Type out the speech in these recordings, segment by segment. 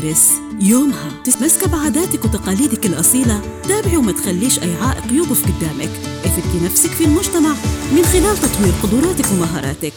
مارس يومها تتمسك بعاداتك وتقاليدك الأصيلة. تابعي وما تخليش أي عائق يوقف قدامك. اثبتي نفسك في المجتمع من خلال تطوير قدراتك ومهاراتك.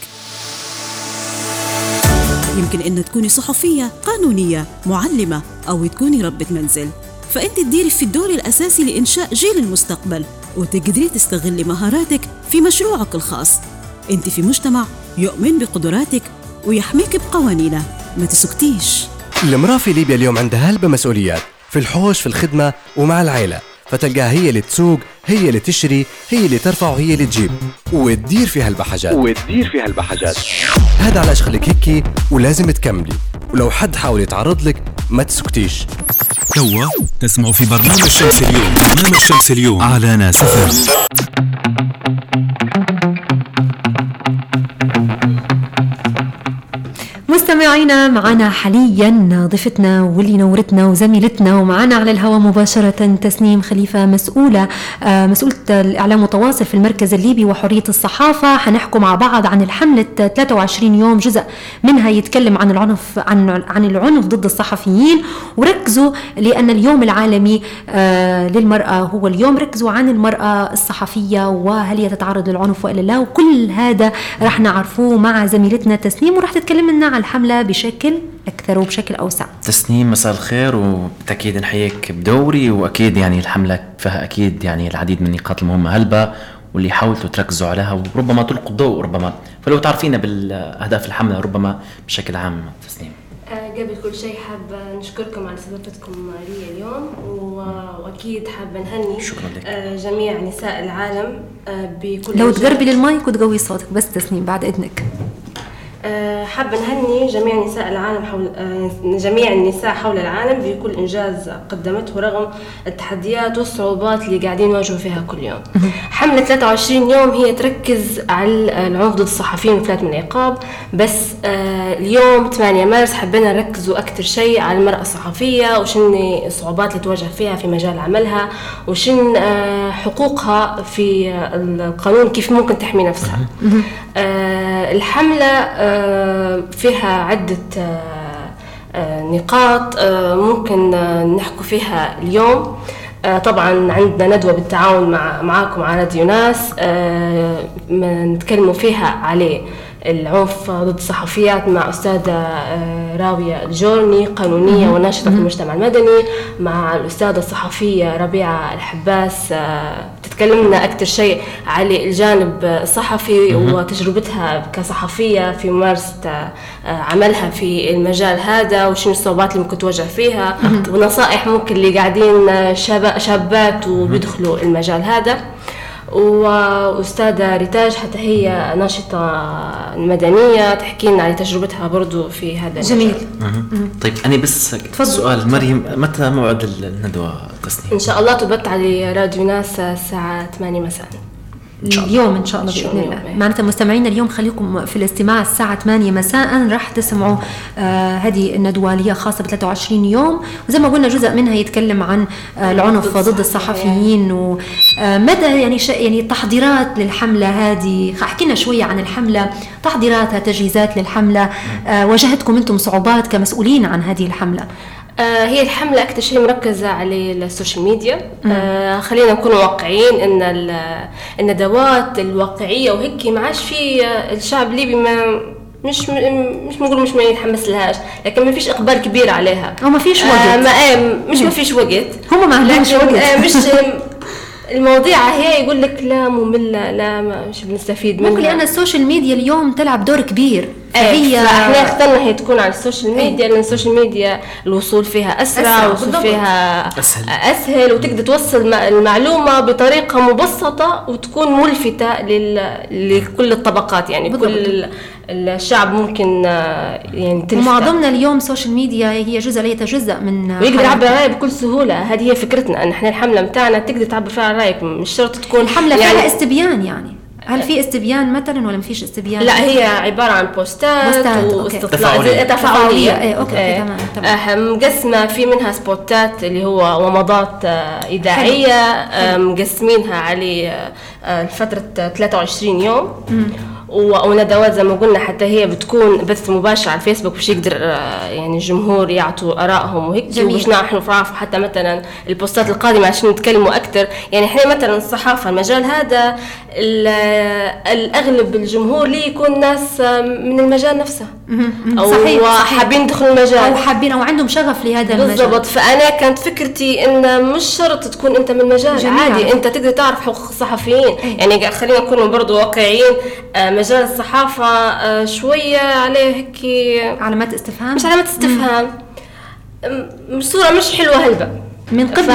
يمكن إن تكوني صحفية، قانونية، معلمة، أو تكوني ربة منزل، فأنت تديري في الدور الأساسي لإنشاء جيل المستقبل وتقدري تستغلي مهاراتك في مشروعك الخاص. أنت في مجتمع يؤمن بقدراتك ويحميك بقوانينه. ما تسكتيش. المرأة في ليبيا اليوم عندها هلبة مسؤوليات في الحوش، في الخدمة ومع العائلة، فتلقاها هي اللي تسوق، هي اللي تشري، هي اللي ترفع وهي اللي تجيب وتدير في هالبحاجات. هذا علاش خليك هيك ولازم تكملي، ولو حد حاول يتعرض لك ما تسكتيش. توا تسمعوا في برنامج شمس اليوم على ناس FM. مستمعينا، معنا حاليا ضيفتنا واللي نورتنا وزميلتنا ومعنا على الهواء مباشرة تسنيم خليفة، مسؤولة الإعلام والتواصل في المركز الليبي وحرية الصحافة. حنحكم مع بعض عن الحملة 23 يوم، جزء منها يتكلم عن العنف ضد الصحفيين، وركزوا لأن اليوم العالمي للمرأة هو اليوم، ركزوا عن المرأة الصحفية وهل هي تتعرض للعنف وإلا لا، وكل هذا راح نعرفوه مع زميلتنا تسنيم، وراح تتكلم لنا عن الحملة بشكل أكثر وبشكل أوسع. تسنيم، مساء الخير، وبالتأكيد نحييك بدوري. وأكيد يعني الحملة فيها أكيد يعني العديد من النقاط المهمة هلبة واللي حاولتوا تركزوا عليها وربما تلقوا الضوء، ربما فلو تعرفينا بالأهداف الحملة ربما بشكل عام. تسنيم، قبل كل شيء حابة نشكركم على استضافتكم لي اليوم، وأكيد حابة نهني جميع نساء العالم بكل. لو تقربي للمايك وتقوي صوتك بس تسنيم بعد إذنك. حابة نهني جميع نساء العالم جميع النساء حول العالم بكل إنجاز قدمته رغم التحديات والصعوبات اللي قاعدين نواجهوا فيها كل يوم. حملة 23 يوم هي تركز على العنف ضد الصحفيين وفلات من العقاب، بس اليوم 8 مارس حبينا نركزوا أكثر شيء على المرأة الصحفية وشن الصعوبات اللي تواجه فيها في مجال عملها، وشن حقوقها في القانون، كيف ممكن تحمي نفسها. الحملة فيها عدة نقاط ممكن نحكوا فيها اليوم. طبعا عندنا ندوة بالتعاون معاكم على راديو ناس نتكلموا فيها عليه العنف ضد الصحفيات مع أستاذة راوية الجورني، قانونية وناشطة في المجتمع المدني، مع الأستاذة الصحفية ربيعة الحباس تتكلمنا أكثر شيء على الجانب الصحفي وتجربتها كصحفية في ممارسة عملها في المجال هذا، وشنو الصعوبات اللي ممكن تواجه فيها، ونصائح ممكن اللي قاعدين شابات وبيدخلوا المجال هذا. وأستاذة ريتاج حتى هي ناشطة مدنية تحكي لنا عن تجربتها برضو في هذا. جميل. طيب أنا بس سؤال مريم، متى موعد الندوة تسنيم؟ إن شاء الله تبت على راديو ناس الساعة 8 مساء اليوم إن شاء الله بإذن الله. معناتها مستمعينا اليوم خليكم في الاستماع الساعة 8 مساء، راح تسمعوا هذه الندوة اللي هي خاصة ب 23 يوم، وزي ما قلنا جزء منها يتكلم عن العنف ضد الصحفيين ومدى يعني التحضيرات للحملة هذه. احكي لنا شوية عن الحملة، تحضيراتها، تجهيزات للحملة، واجهتكم أنتم صعوبات كمسؤولين عن هذه الحملة؟ هي الحملة أكثر شيء مركزة على السوشيال ميديا. خلينا نكون واقعيين إن الندوات الواقعية وهيك ما عادش في الشعب الليبي مش نقول مش ما يتحمس لهاش، لكن ما فيش إقبال كبير عليها أو ما فيش وقت. ما فيش وقت، هم ما عندهمش وقت. مش المواضيع هي يقول لك لا مملة، لا مش بنستفيد منها. ممكن لأن السوشيال ميديا اليوم تلعب دور كبير، احنا اخترنا هي تكون على السوشيال ميديا لأن السوشيال ميديا الوصول فيها أسرع، الوصول فيها أسهل، وتقدر توصل المعلومة بطريقة مبسطة وتكون ملفتة لكل الطبقات، يعني كل الشعب ممكن يعني تلفتة. ومعظمنا اليوم سوشيال ميديا هي جزء لا يتجزأ من ويقدر يعبر رأيه بكل سهولة. هذه هي فكرتنا، أن احنا الحملة متاعنا تقدر تعبر فيها رأيك، مش شرط تكون الحملة فيها استبيان. يعني هل في استبيان مثلا ولا مفيش استبيان؟ لا، هي عبارة عن بوستات واستطلاعات تفاعلية. تمام. مقسمة في منها سبوتات اللي هو ومضات إذاعية، مقسمينها على فترة 23 يوم. وندوات زي ما قلنا، حتى هي بتكون بث مباشر على الفيسبوك باش يقدر يعني الجمهور يعطوا آرائهم وهيك، وباش نحن نعرفوا حتى مثلا البوستات القادمة عشان نتكلموا أكتر. يعني إحنا مثلا الصحافة المجال هذا الأغلب الجمهور ليه يكون ناس من المجال نفسه أو صحيح. حابين يدخلوا المجال أو حابين أو عندهم شغف لهذا المجال بالضبط. فأنا كانت فكرتي إن مش شرط تكون أنت من المجال، عادي أنت تقدر تعرف حقوق الصحفيين. يعني خلينا نكون برضو واقعيين، مجال الصحافة شوية عليه هيك علامات استفهام، مش علامات استفهام، صورة مش حلوة هلبة من قبل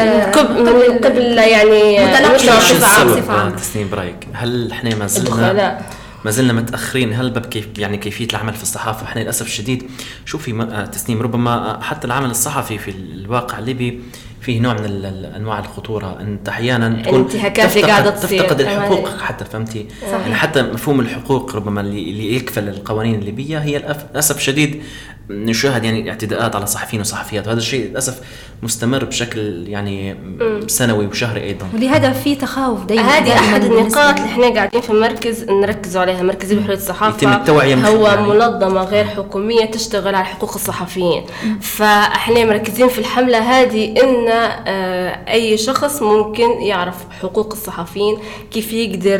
من قبل يعني متلقي. تسنيم برايك، هل احنا ما زلنا متأخرين؟ هل بكيف يعني كيفية العمل في الصحافة؟ احنا للأسف الشديد شوفي تسنيم، ربما حتى العمل الصحفي في الواقع الليبي فيه نوع من انواع الخطوره. انت احيانا تفتقد الحقوق حتى، فهمتي؟ يعني حتى مفهوم الحقوق ربما اللي يكفل القوانين الليبيه هي للاسف الشديد نشاهد يعني اعتداءات على صحفيين وصحفيات، وهذا الشيء للاسف مستمر بشكل يعني سنوي وشهري ايضا. ولهذا في تخوف دائما. هذه احد النقاط اللي احنا قاعدين في المركز نركز عليها. مركز بحرية الصحافه هو منظمه غير حكوميه تشتغل على حقوق الصحفيين، فاحنا مركزين في الحمله هذه ان اي شخص ممكن يعرف حقوق الصحفيين، كيف يقدر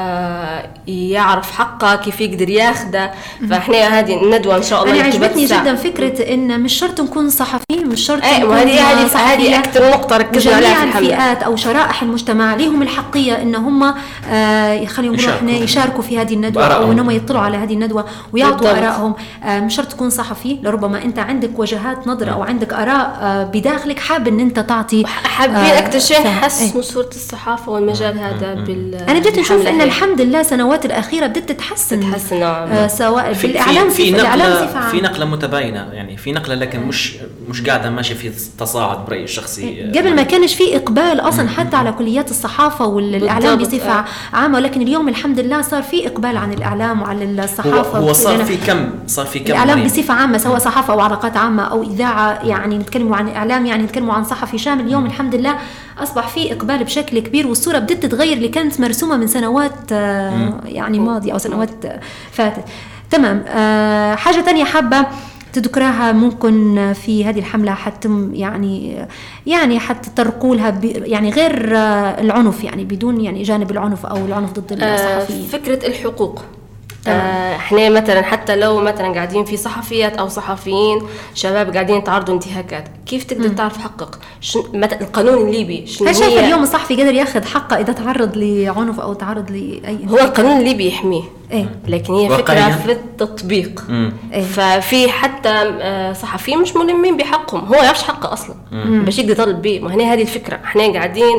يعرف حقه، كيف يقدر ياخده. فاحنا هذه الندوه ان شاء الله. انا عجبتني جدا فكره ان مش شرط نكون صحفيين، مش شرط نكون هذه اكثر نقطه ركزنا عليها في الحمله. الفئات او شرائح المجتمع لهم الحقيه ان هم خلينا نقول احنا يشاركوا في هذه الندوه او انهم يطلعوا على هذه الندوه ويعطوا ارائهم. مش شرط تكون صحفي، لربما انت عندك وجهات نظر او عندك اراء بداخلك حابب ان انت تعطي، حابين اكثر شيء نحسن صوره الصحافه والمجال هذا. انا بديت نشوف ان الحمد لله السنوات الاخيره بدت تتحسن سواء في الاعلام في نقله متباينه، يعني في نقله لكن مش قاعده ماشيه في تصاعد برايي الشخصي. قبل ما كانش في اقبال اصلا حتى على كليات الصحافه والاعلام بصفه عامه، ولكن اليوم الحمد لله صار في اقبال عن الاعلام وعلى الصحافه. هو صار في كم الاعلام بصفه عامه، سواء صحافه او علاقات عامه او اذاعه، يعني نتكلموا عن اعلام يعني نتكلموا عن صحفي شامل. اليوم الحمد لله اصبح في اقبال بشكل كبير، والصوره بدت تتغير اللي كانت مرسومه من سنوات يعني ماضيه او سنوات فاتت. تمام. حاجه تانية حابه تذكرها ممكن في هذه الحملة حتى يعني حتى ترقوا لها يعني غير العنف، يعني بدون يعني جانب العنف أو العنف ضد الصحفيين؟ فكرة الحقوق. احنا مثلا حتى لو مثلا قاعدين في صحفيات او صحفيين شباب قاعدين يتعرضوا انتهاكات، كيف تقدر تعرف حقك؟ القانون الليبي هل شايف اليوم الصحفي قادر ياخذ حقه اذا تعرض لعنف او تعرض لاي؟ هو القانون الليبي يحميه، لكن هي فكرة في التطبيق. ففي حتى صحفيين مش ملمين بحقهم، هو يعرفش حقه اصلا باش يقدر يطالب به. ما هنا هذه الفكرة، احنا قاعدين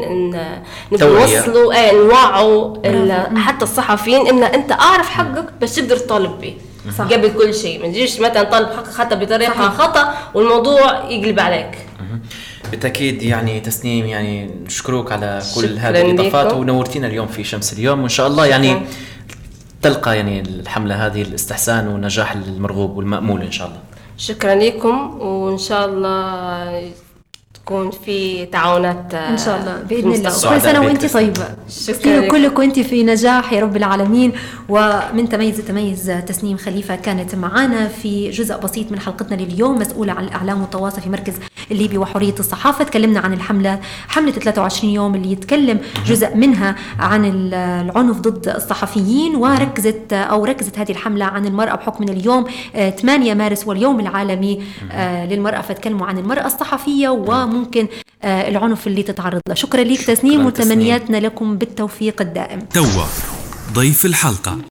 نوصلوا نوعوا حتى الصحفيين ان انت اعرف حقك باش تقدر تطالب به قبل كل شيء. ما تجيش مثلا طالب حقك حتى بطريقة خطأ والموضوع يقلب عليك. بالتأكيد. يعني تسنيم، يعني نشكرك على كل هذه الإضافات ونورتينا اليوم في شمس اليوم، وإن شاء الله يعني تلقى يعني الحملة هذه الاستحسان والنجاح المرغوب والمأمول إن شاء الله. شكرا لكم، وإن شاء الله تكون في تعاونات إن شاء الله بإذن الله. كل سنة وأنت طيبة. شكرا كلكم، وأنت في نجاح يا رب العالمين. ومن تميز تسنيم خليفة كانت معنا في جزء بسيط من حلقتنا لليوم، مسؤولة عن الإعلام والتواصل في مركز الليبي وحرية الصحافة. تكلمنا عن حملة 23 يوم اللي يتكلم جزء منها عن العنف ضد الصحفيين، وركزت هذه الحملة عن المرأة بحكم من اليوم 8 مارس واليوم العالمي للمرأة، فتكلموا عن المرأة الصحفية وممكن العنف اللي تتعرض له. شكرا لك تسنيم، وتمنياتنا لكم بالتوفيق الدائم. توا ضيف الحلقة.